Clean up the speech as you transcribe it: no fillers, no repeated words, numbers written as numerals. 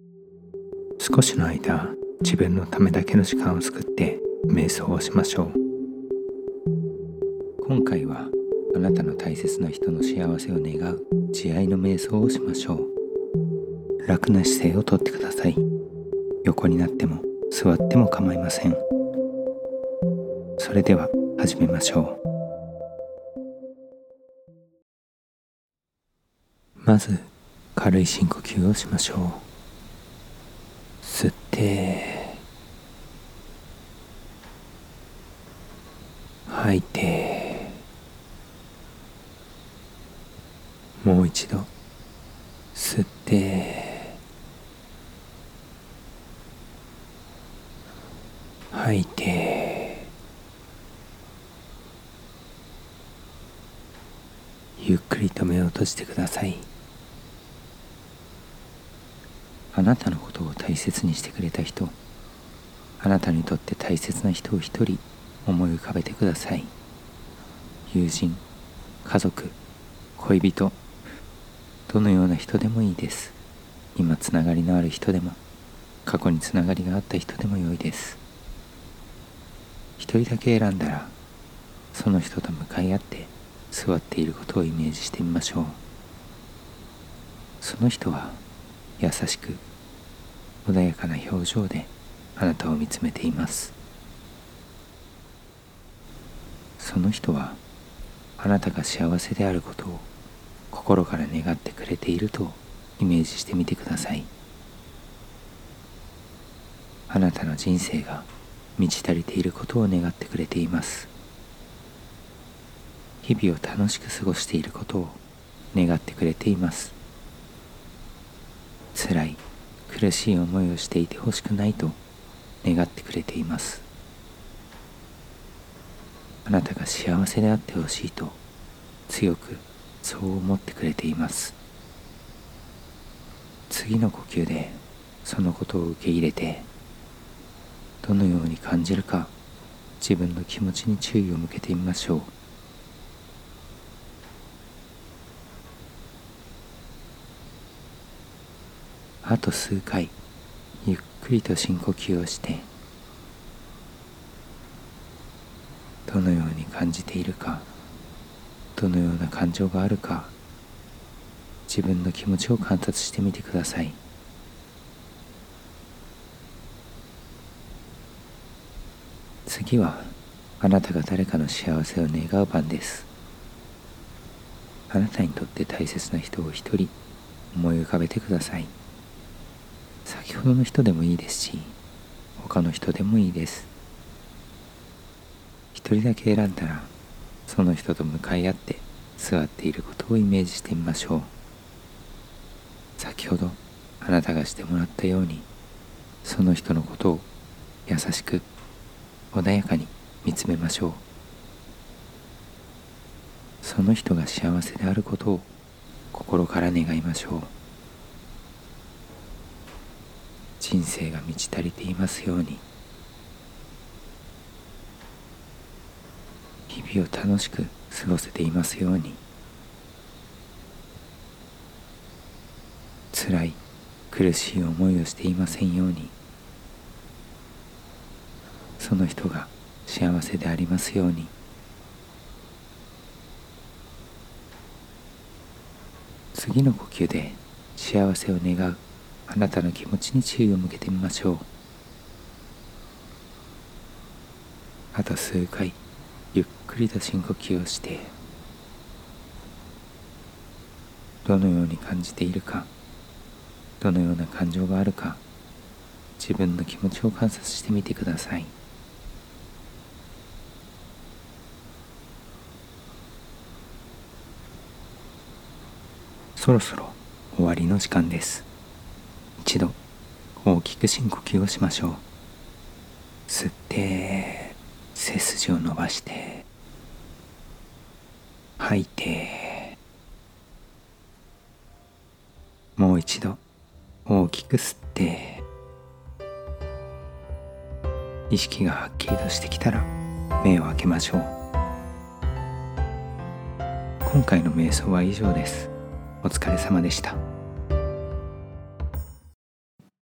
少しの間、自分のためだけの時間を作って瞑想をしましょう。今回はあなたの大切な人の幸せを願う慈愛の瞑想をしましょう。楽な姿勢をとってください。横になっても座っても構いません。それでは始めましょう。まず軽い深呼吸をしましょう。吸って吐いて、もう一度吸って吐いて、ゆっくりと目を閉じてください。あなたのことを大切にしてくれた人、あなたにとって大切な人を一人思い浮かべてください。友人、家族、恋人、どのような人でもいいです。今つながりのある人でも、過去につながりがあった人でも良いです。一人だけ選んだら、その人と向かい合って座っていることをイメージしてみましょう。その人は優しく穏やかな表情であなたを見つめています。その人はあなたが幸せであることを心から願ってくれているとイメージしてみてください。あなたの人生が満ち足りていることを願ってくれています。日々を楽しく過ごしていることを願ってくれています。辛い、苦しい思いをしていてほしくないと願ってくれています。あなたが幸せであってほしいと強くそう思ってくれています。次の呼吸でそのことを受け入れて、どのように感じるか自分の気持ちに注意を向けてみましょう。あと数回ゆっくりと深呼吸をして、どのように感じているか、どのような感情があるか、自分の気持ちを観察してみてください。次はあなたが誰かの幸せを願う番です。あなたにとって大切な人を一人思い浮かべてください。先ほどの人でもいいですし、他の人でもいいです。一人だけ選んだら、その人と向かい合って座っていることをイメージしてみましょう。先ほどあなたがしてもらったように、その人のことを優しく穏やかに見つめましょう。その人が幸せであることを心から願いましょう。人生が満ち足りていますように、日々を楽しく過ごせていますように、辛い苦しい思いをしていませんように、その人が幸せでありますように。次の呼吸で幸せを願うあなたの気持ちに注意を向けてみましょう。あと数回ゆっくりと深呼吸をして、どのように感じているか、どのような感情があるか、自分の気持ちを観察してみてください。そろそろ終わりの時間です。一度大きく深呼吸をしましょう。吸って背筋を伸ばして、吐いて、もう一度大きく吸って、意識がはっきりとしてきたら目を開けましょう。今回の瞑想は以上です。お疲れ様でした。